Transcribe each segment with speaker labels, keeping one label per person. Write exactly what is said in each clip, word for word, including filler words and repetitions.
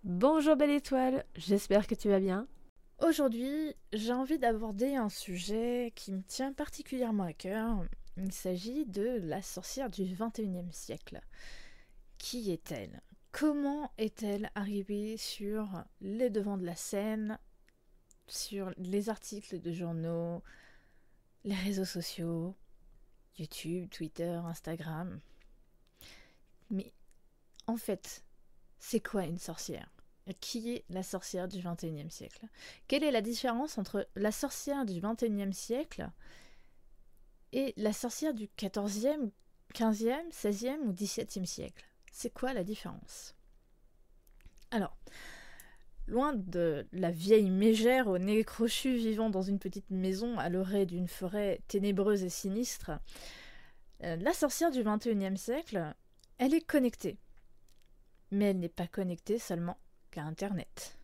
Speaker 1: Bonjour belle étoile, j'espère que tu vas bien. Aujourd'hui, j'ai envie d'aborder un sujet qui me tient particulièrement à cœur. Il s'agit de la sorcière du vingt et unième siècle. Qui est-elle? Comment est-elle arrivée sur les devants de la scène, sur les articles de journaux, les réseaux sociaux, YouTube, Twitter, Instagram? Mais en fait, c'est quoi une sorcière? Qui est la sorcière du vingt et unième siècle? Quelle est la différence entre la sorcière du vingt et unième siècle et la sorcière du quatorzième, quinzième, seizième ou dix-septième siècle? C'est quoi la différence? Alors, loin de la vieille mégère au nez crochu vivant dans une petite maison à l'orée d'une forêt ténébreuse et sinistre, la sorcière du vingt et unième siècle, elle est connectée. Mais elle n'est pas connectée seulement qu'à Internet.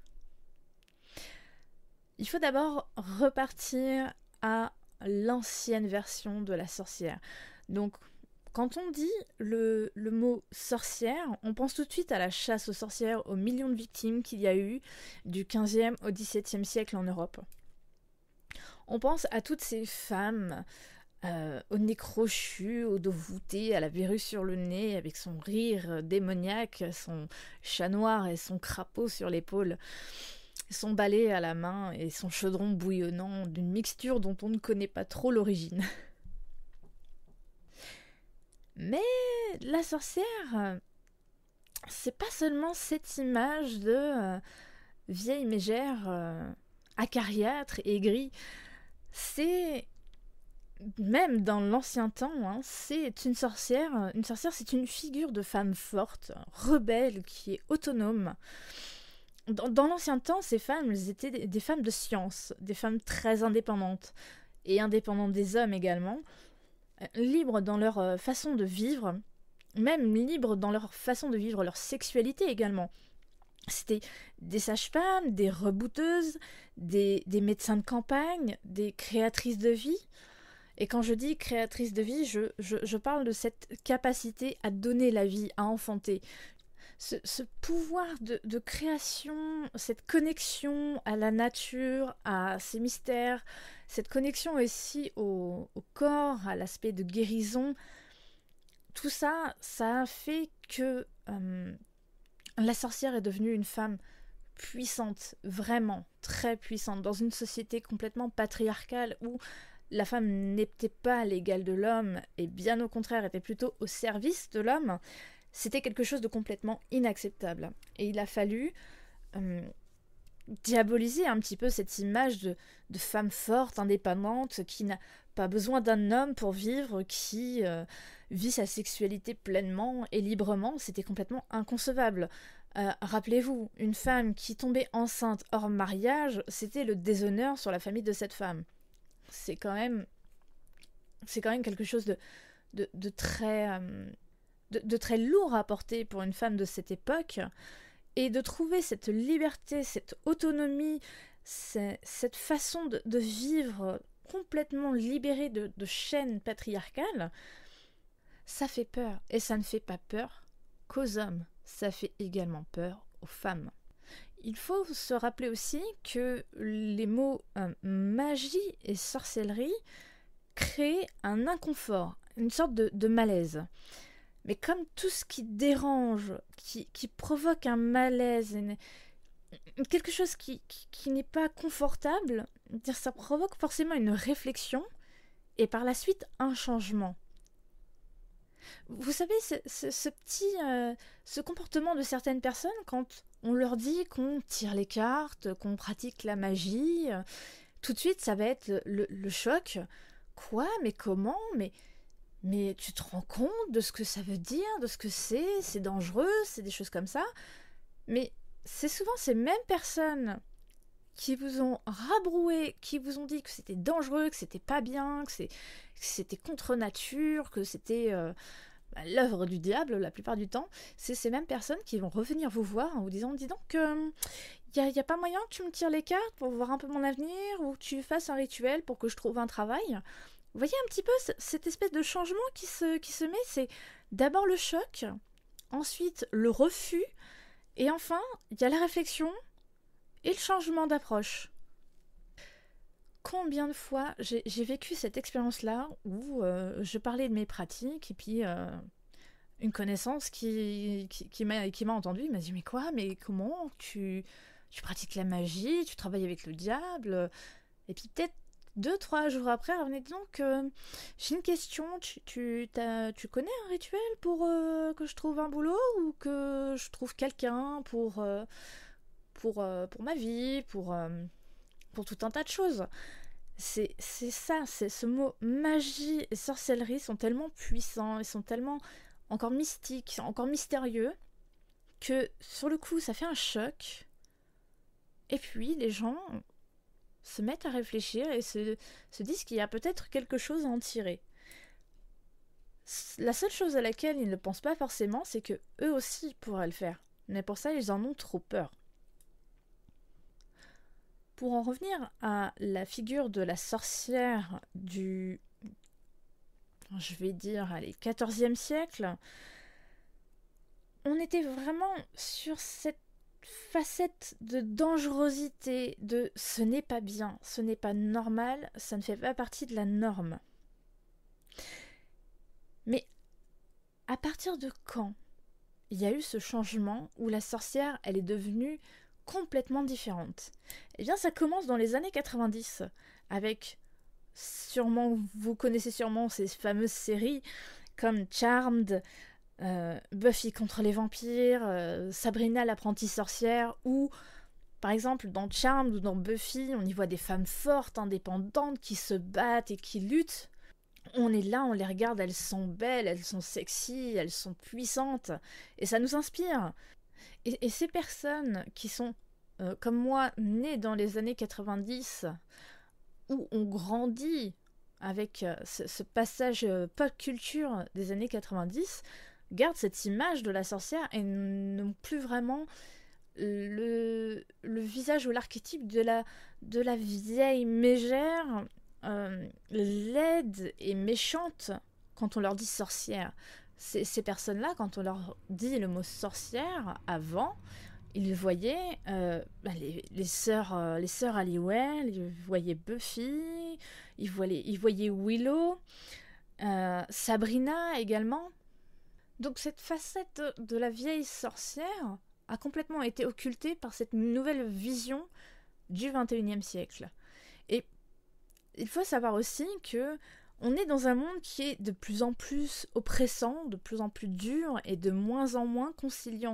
Speaker 1: Il faut d'abord repartir à l'ancienne version de la sorcière. Donc, quand on dit le, le mot sorcière, on pense tout de suite à la chasse aux sorcières, aux millions de victimes qu'il y a eu du quinzième au dix-septième siècle en Europe. On pense à toutes ces femmes euh, au nez crochu, au dos voûté, à la verrue sur le nez, avec son rire démoniaque, son chat noir et son crapaud sur l'épaule, son balai à la main et son chaudron bouillonnant d'une mixture dont on ne connaît pas trop l'origine. Mais la sorcière, c'est pas seulement cette image de euh, vieille mégère euh, acariâtre et aigrie, c'est même dans l'ancien temps, hein, c'est une sorcière. Une sorcière, c'est une figure de femme forte, rebelle, qui est autonome. Dans, dans l'ancien temps, ces femmes, elles étaient des, des femmes de science, des femmes très indépendantes, et indépendantes des hommes également, libres dans leur euh, façon de vivre, même libres dans leur façon de vivre leur sexualité également. C'était des sages-femmes, des rebouteuses, des, des médecins de campagne, des créatrices de vie. Et quand je dis créatrice de vie, je, je, je parle de cette capacité à donner la vie, à enfanter. Ce, ce pouvoir de, de création, cette connexion à la nature, à ses mystères, cette connexion aussi au, au corps, à l'aspect de guérison, tout ça, ça a fait que euh, la sorcière est devenue une femme puissante, vraiment très puissante, dans une société complètement patriarcale où la femme n'était pas l'égale de l'homme, et bien au contraire était plutôt au service de l'homme. C'était quelque chose de complètement inacceptable. Et il a fallu euh, diaboliser un petit peu cette image de, de femme forte, indépendante, qui n'a pas besoin d'un homme pour vivre, qui euh, vit sa sexualité pleinement et librement. C'était complètement inconcevable. Euh, rappelez-vous, une femme qui tombait enceinte hors mariage, c'était le déshonneur sur la famille de cette femme. C'est quand même, c'est quand même quelque chose de, de, de très... Euh, De, de très lourd à porter pour une femme de cette époque, et de trouver cette liberté, cette autonomie, cette façon de, de vivre complètement libérée de, de chaînes patriarcales, ça fait peur. Et ça ne fait pas peur qu'aux hommes, ça fait également peur aux femmes. Il faut se rappeler aussi que les mots euh, magie et sorcellerie créent un inconfort, une sorte de, de malaise. Mais comme tout ce qui dérange, qui, qui provoque un malaise, une, quelque chose qui, qui, qui n'est pas confortable, ça provoque forcément une réflexion et par la suite un changement. Vous savez, ce, ce, ce petit euh, ce comportement de certaines personnes quand on leur dit qu'on tire les cartes, qu'on pratique la magie, euh, tout de suite ça va être le, le choc. Quoi? Mais comment? Mais... Mais tu te rends compte de ce que ça veut dire, de ce que c'est, c'est dangereux, c'est des choses comme ça. Mais c'est souvent ces mêmes personnes qui vous ont rabroué, qui vous ont dit que c'était dangereux, que c'était pas bien, que, c'est, que c'était contre nature, que c'était euh, bah, l'œuvre du diable la plupart du temps. C'est ces mêmes personnes qui vont revenir vous voir en vous disant « Dis donc, il euh, n'y a, y a pas moyen que tu me tires les cartes pour voir un peu mon avenir ou que tu fasses un rituel pour que je trouve un travail ?» Vous voyez un petit peu cette espèce de changement qui se, qui se met, c'est d'abord le choc, ensuite le refus, Et enfin, il y a la réflexion et le changement d'approche. Combien de fois j'ai, j'ai vécu cette expérience-là où euh, je parlais de mes pratiques et puis euh, une connaissance qui, qui, qui, m'a, qui m'a entendu m'a dit « Mais quoi? Mais comment tu, tu pratiques la magie? Tu travailles avec le diable ?» Et puis peut-être deux, trois jours après, elle revenait « Donc, euh, j'ai une question, tu, tu, t'as, tu connais un rituel pour euh, que je trouve un boulot ou que je trouve quelqu'un pour, euh, pour, euh, pour ma vie, pour, euh, pour tout un tas de choses ?» C'est, c'est ça, c'est ce mot magie et sorcellerie sont tellement puissants, ils sont tellement encore mystiques, encore mystérieux, que sur le coup ça fait un choc. Et puis les gens se mettent à réfléchir et se, se disent qu'il y a peut-être quelque chose à en tirer. La seule chose à laquelle ils ne pensent pas forcément, c'est que eux aussi pourraient le faire. Mais pour ça, ils en ont trop peur. Pour en revenir à la figure de la sorcière du, je vais dire, allez, quatorzième siècle, on était vraiment sur cette facette de dangerosité, de ce n'est pas bien, ce n'est pas normal, ça ne fait pas partie de la norme. Mais à partir de quand il y a eu ce changement où la sorcière, elle est devenue complètement différente? Eh bien, ça commence dans les années quatre-vingt-dix, avec, sûrement, vous connaissez sûrement ces fameuses séries comme Charmed, euh, Buffy contre les vampires, euh, Sabrina l'apprentie sorcière, ou par exemple dans Charmed ou dans Buffy, on y voit des femmes fortes, indépendantes, qui se battent et qui luttent. On est là, on les regarde, elles sont belles, elles sont sexy, elles sont puissantes, et ça nous inspire. Et, et ces personnes qui sont, euh, comme moi, nées dans les années quatre-vingt-dix, où on grandit avec euh, ce, ce passage euh, pop culture des années quatre-vingt-dix, gardent cette image de la sorcière et n'ont plus vraiment le, le visage ou l'archétype de la, de la vieille mégère, euh, laide et méchante quand on leur dit sorcière. Ces, ces personnes-là, quand on leur dit le mot sorcière, avant, ils voyaient euh, bah, les, les, sœurs, euh, les sœurs Halliwell, ils voyaient Buffy, ils voyaient, ils voyaient Willow, euh, Sabrina également. Donc cette facette de la vieille sorcière a complètement été occultée par cette nouvelle vision du vingt et unième siècle. Et il faut savoir aussi que on est dans un monde qui est de plus en plus oppressant, de plus en plus dur et de moins en moins conciliant.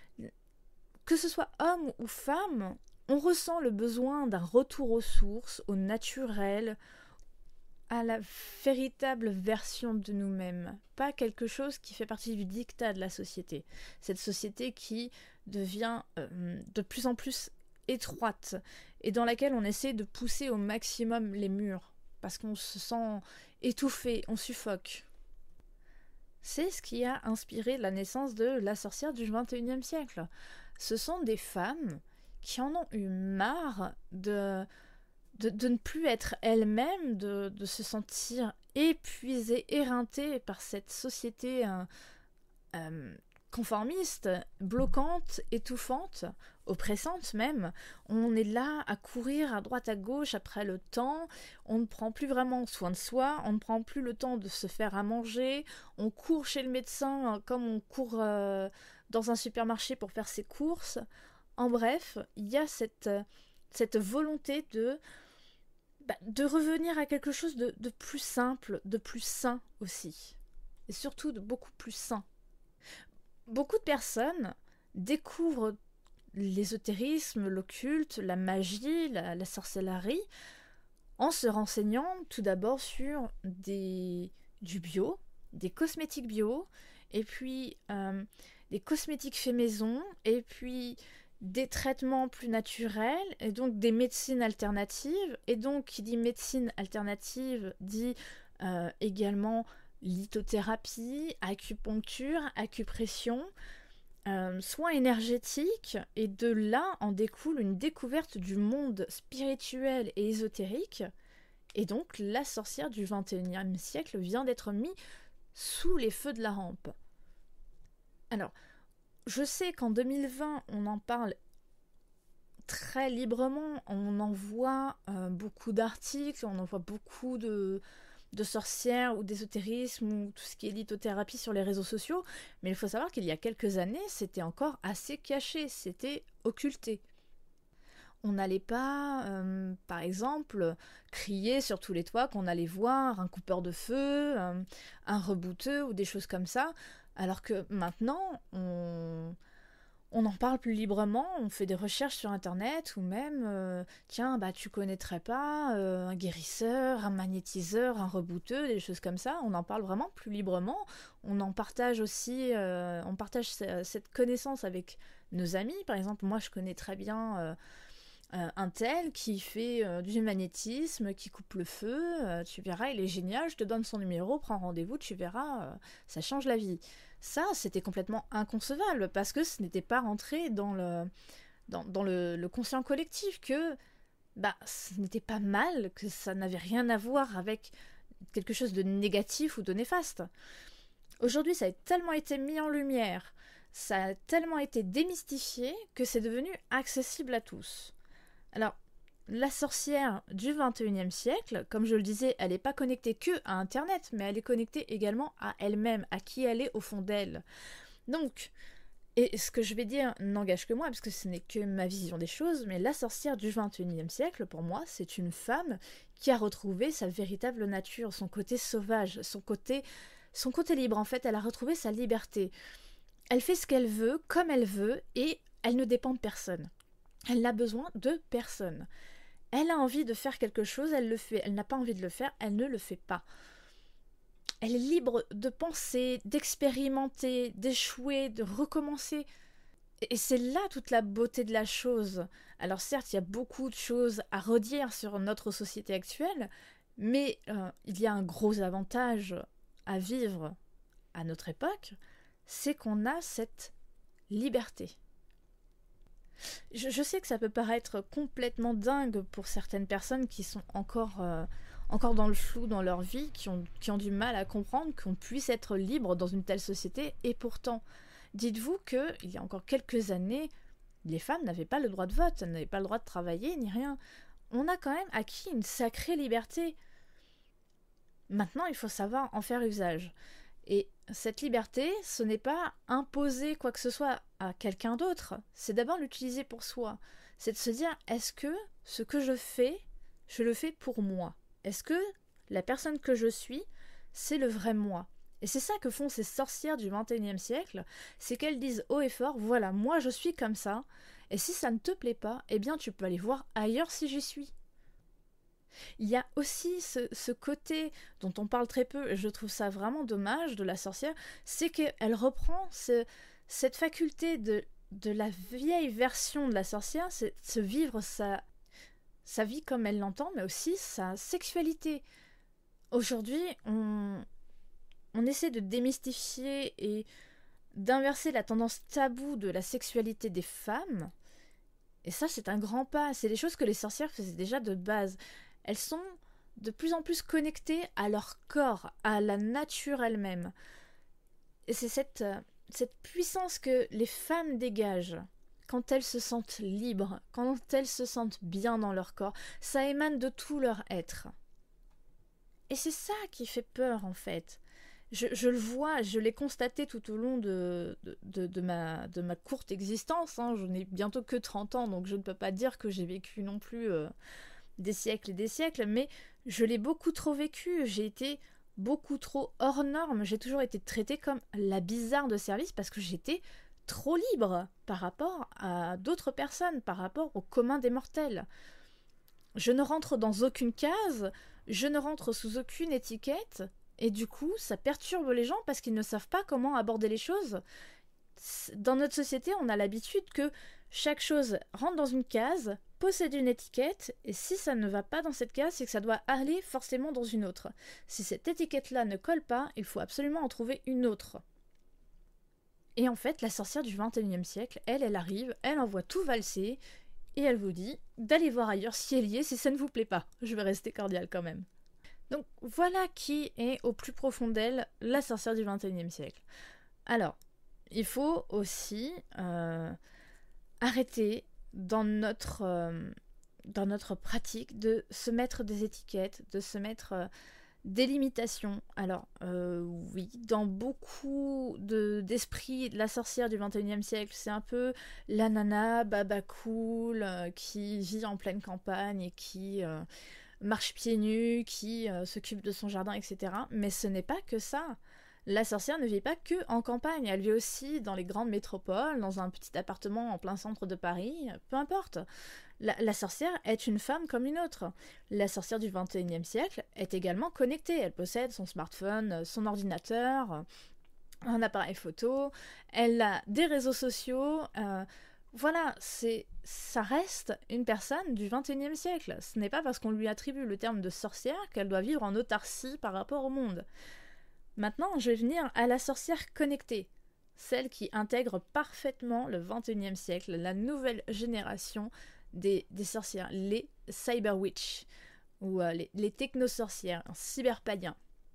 Speaker 1: Que ce soit homme ou femme, on ressent le besoin d'un retour aux sources, au naturel, à la véritable version de nous-mêmes. Pas quelque chose qui fait partie du diktat de la société. Cette société qui devient euh, de plus en plus étroite et dans laquelle on essaie de pousser au maximum les murs parce qu'on se sent étouffé, on suffoque. C'est ce qui a inspiré la naissance de la sorcière du vingt et unième siècle. Ce sont des femmes qui en ont eu marre de, de, de ne plus être elles-mêmes, de, de se sentir épuisées, éreintées par cette société euh, euh, conformiste, bloquante, étouffante, oppressante même. On est là à courir à droite à gauche après le temps, on ne prend plus vraiment soin de soi, on ne prend plus le temps de se faire à manger, on court chez le médecin comme on court euh, dans un supermarché pour faire ses courses. En bref, il y a cette, cette volonté de, bah, de revenir à quelque chose de, de plus simple, de plus sain aussi. Et surtout de beaucoup plus sain. Beaucoup de personnes découvrent l'ésotérisme, l'occulte, la magie, la, la sorcellerie, en se renseignant tout d'abord sur des, du bio, des cosmétiques bio, et puis euh, des cosmétiques faits maison, et puis des traitements plus naturels, et donc des médecines alternatives, et donc qui dit médecine alternative dit euh, également lithothérapie, acupuncture, acupression, euh, soins énergétiques, et de là en découle une découverte du monde spirituel et ésotérique, et donc la sorcière du vingt et unième siècle vient d'être mise sous les feux de la rampe. Alors, je sais qu'en deux mille vingt, on en parle très librement, on en voit euh, beaucoup d'articles, on en voit beaucoup de, de sorcières ou d'ésotérisme ou tout ce qui est lithothérapie sur les réseaux sociaux, mais il faut savoir qu'il y a quelques années, c'était encore assez caché, c'était occulté. On n'allait pas, euh, par exemple, crier sur tous les toits qu'on allait voir un coupeur de feu, un, un rebouteux ou des choses comme ça, alors que maintenant, on, on en parle plus librement, on fait des recherches sur internet, ou même, euh, tiens, bah tu connaîtrais pas euh, un guérisseur, un magnétiseur, un rebouteux, des choses comme ça, on en parle vraiment plus librement, on en partage aussi, euh, on partage c- cette connaissance avec nos amis, par exemple, moi je connais très bien... euh, euh, un tel qui fait euh, du magnétisme, qui coupe le feu, euh, tu verras, il est génial, je te donne son numéro, prends rendez-vous, tu verras, euh, ça change la vie. Ça, c'était complètement inconcevable, parce que ce n'était pas rentré dans le, dans, dans le, le conscient collectif, que bah, ce n'était pas mal, que ça n'avait rien à voir avec quelque chose de négatif ou de néfaste. Aujourd'hui, ça a tellement été mis en lumière, ça a tellement été démystifié, que c'est devenu accessible à tous. Alors, la sorcière du vingt et unième siècle, comme je le disais, elle n'est pas connectée que à Internet, mais elle est connectée également à elle-même, à qui elle est au fond d'elle. Donc, et ce que je vais dire n'engage que moi, parce que ce n'est que ma vision des choses, mais la sorcière du vingt et unième siècle, pour moi, c'est une femme qui a retrouvé sa véritable nature, son côté sauvage, son côté, son côté libre. En fait, elle a retrouvé sa liberté. Elle fait ce qu'elle veut, comme elle veut, et elle ne dépend de personne. Elle n'a besoin de personne. Elle a envie de faire quelque chose, elle le fait. Elle n'a pas envie de le faire, elle ne le fait pas. Elle est libre de penser, d'expérimenter, d'échouer, de recommencer. Et c'est là toute la beauté de la chose. Alors certes, il y a beaucoup de choses à redire sur notre société actuelle, mais euh, il y a un gros avantage à vivre à notre époque, c'est qu'on a cette liberté. Je, je sais que ça peut paraître complètement dingue pour certaines personnes qui sont encore, euh, encore dans le flou dans leur vie, qui ont, qui ont du mal à comprendre qu'on puisse être libre dans une telle société, et pourtant, dites-vous qu'il y a encore quelques années, les femmes n'avaient pas le droit de vote, elles n'avaient pas le droit de travailler, ni rien. On a quand même acquis une sacrée liberté. Maintenant, il faut savoir en faire usage. Et cette liberté, ce n'est pas imposer quoi que ce soit à quelqu'un d'autre, c'est d'abord l'utiliser pour soi. C'est de se dire, est-ce que ce que je fais, je le fais pour moi? Est-ce que la personne que je suis, c'est le vrai moi? Et c'est ça que font ces sorcières du vingt et unième siècle, c'est qu'elles disent haut et fort, voilà, moi je suis comme ça, et si ça ne te plaît pas, eh bien tu peux aller voir ailleurs si j'y suis. Il y a aussi ce, ce côté dont on parle très peu, et je trouve ça vraiment dommage de la sorcière, c'est qu'elle reprend ce, cette faculté de, de la vieille version de la sorcière, c'est de se vivre sa, sa vie comme elle l'entend, mais aussi sa sexualité. Aujourd'hui, on, on essaie de démystifier et d'inverser la tendance taboue de la sexualité des femmes, et ça c'est un grand pas, c'est des choses que les sorcières faisaient déjà de base. Elles sont de plus en plus connectées à leur corps, à la nature elle-même. Et c'est cette, cette puissance que les femmes dégagent quand elles se sentent libres, quand elles se sentent bien dans leur corps. Ça émane de tout leur être. Et c'est ça qui fait peur en fait. Je, je le vois, je l'ai constaté tout au long de, de, de, de, ma, de ma courte existence. Hein. Je n'ai bientôt que trente ans, donc je ne peux pas dire que j'ai vécu non plus... Euh, des siècles et des siècles, mais je l'ai beaucoup trop vécu, j'ai été beaucoup trop hors norme, j'ai toujours été traitée comme la bizarre de service parce que j'étais trop libre par rapport à d'autres personnes, par rapport au commun des mortels. Je ne rentre dans aucune case, je ne rentre sous aucune étiquette, et du coup, ça perturbe les gens parce qu'ils ne savent pas comment aborder les choses. Dans notre société, on a l'habitude que chaque chose rentre dans une case, possède une étiquette, et si ça ne va pas dans cette case, c'est que ça doit aller forcément dans une autre. Si cette étiquette-là ne colle pas, il faut absolument en trouver une autre. Et en fait, la sorcière du vingt et unième siècle, elle, elle arrive, elle envoie tout valser, et elle vous dit d'aller voir ailleurs si elle y est, si ça ne vous plaît pas. Je vais rester cordiale quand même. Donc voilà qui est au plus profond d'elle la sorcière du vingt et unième siècle. Alors, il faut aussi euh, arrêter dans notre, euh, dans notre pratique de se mettre des étiquettes, de se mettre euh, des limitations. Alors euh, oui, dans beaucoup de, d'esprits de la sorcière du vingt et unième siècle, c'est un peu la nana baba cool euh, qui vit en pleine campagne et qui euh, marche pieds nus, qui euh, s'occupe de son jardin, et cetera. Mais ce n'est pas que ça. La sorcière ne vit pas que en campagne, elle vit aussi dans les grandes métropoles, dans un petit appartement en plein centre de Paris, peu importe. La, la sorcière est une femme comme une autre. La sorcière du vingt et unième siècle est également connectée. Elle possède son smartphone, son ordinateur, un appareil photo, elle a des réseaux sociaux. Euh, voilà, c'est, ça reste une personne du vingt et unième siècle. Ce n'est pas parce qu'on lui attribue le terme de sorcière qu'elle doit vivre en autarcie par rapport au monde. Maintenant, je vais venir à la sorcière connectée, celle qui intègre parfaitement le vingt et unième siècle, la nouvelle génération des, des sorcières, les cyber witch, ou euh, les, les techno-sorcières, cyberpadiens.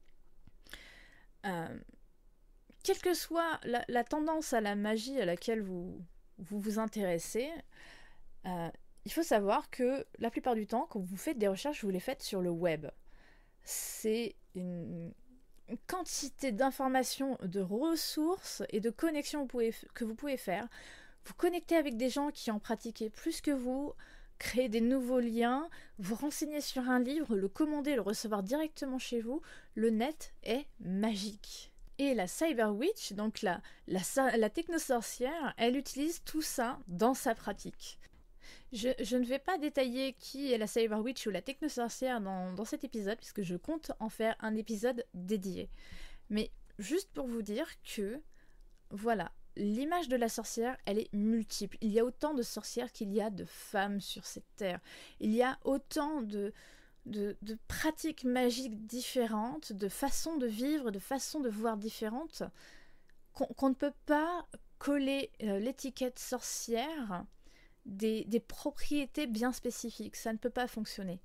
Speaker 1: Euh, quelle que soit la, la tendance à la magie à laquelle vous vous, vous intéressez, euh, il faut savoir que la plupart du temps, quand vous faites des recherches, vous les faites sur le web. C'est une quantité d'informations, de ressources et de connexions vous pouvez, que vous pouvez faire. Vous connectez avec des gens qui en pratiquaient plus que vous, créer des nouveaux liens, vous renseigner sur un livre, le commander, le recevoir directement chez vous. Le net est magique. Et la cyber witch, donc la, la, la technosorcière, elle utilise tout ça dans sa pratique. Je, je ne vais pas détailler qui est la cyber witch ou la technosorcière dans, dans cet épisode, puisque je compte en faire un épisode dédié. Mais juste pour vous dire que, voilà, l'image de la sorcière, elle est multiple. Il y a autant de sorcières qu'il y a de femmes sur cette terre. Il y a autant de, de, de pratiques magiques différentes, de façons de vivre, de façons de voir différentes, qu'on, qu'on ne peut pas coller euh, l'étiquette sorcière Des, des propriétés bien spécifiques. Ça ne peut pas fonctionner.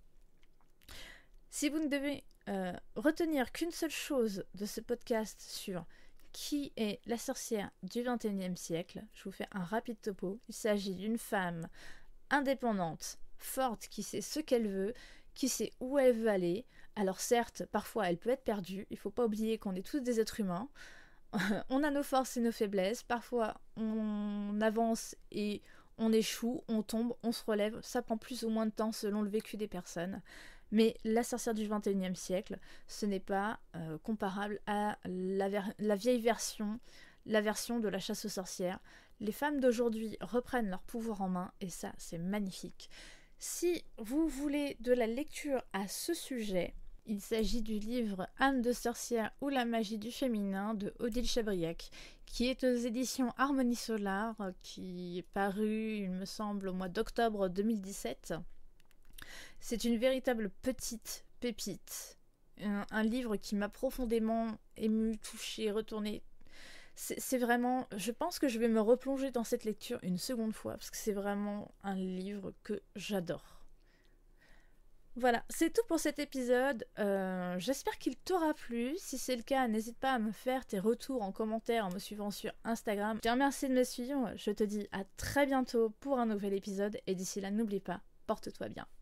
Speaker 1: Si vous ne devez euh, retenir qu'une seule chose de ce podcast sur qui est la sorcière du vingt et unième siècle, je vous fais un rapide topo. Il s'agit d'une femme indépendante, forte, qui sait ce qu'elle veut, qui sait où elle veut aller. Alors certes, parfois elle peut être perdue. Il ne faut pas oublier qu'on est tous des êtres humains. On a nos forces et nos faiblesses. Parfois on avance et on échoue, on tombe, on se relève, ça prend plus ou moins de temps selon le vécu des personnes. Mais la sorcière du vingt et unième siècle, ce n'est pas euh, comparable à la, ver- la vieille version, la version de la chasse aux sorcières. Les femmes d'aujourd'hui reprennent leur pouvoir en main et ça, c'est magnifique. Si vous voulez de la lecture à ce sujet, il s'agit du livre Âme de sorcière ou la magie du féminin de Odile Chabriac, qui est aux éditions Harmonie Solar, qui est paru, il me semble, au mois d'octobre deux mille dix-sept. C'est une véritable petite pépite, un, un livre qui m'a profondément ému, touché, retourné. C'est, c'est vraiment, je pense que je vais me replonger dans cette lecture une seconde fois, parce que c'est vraiment un livre que j'adore. Voilà, c'est tout pour cet épisode. Euh, j'espère qu'il t'aura plu. Si c'est le cas, n'hésite pas à me faire tes retours en commentaire en me suivant sur Instagram. Je te remercie de me suivre. Je te dis à très bientôt pour un nouvel épisode. Et d'ici là, n'oublie pas, porte-toi bien.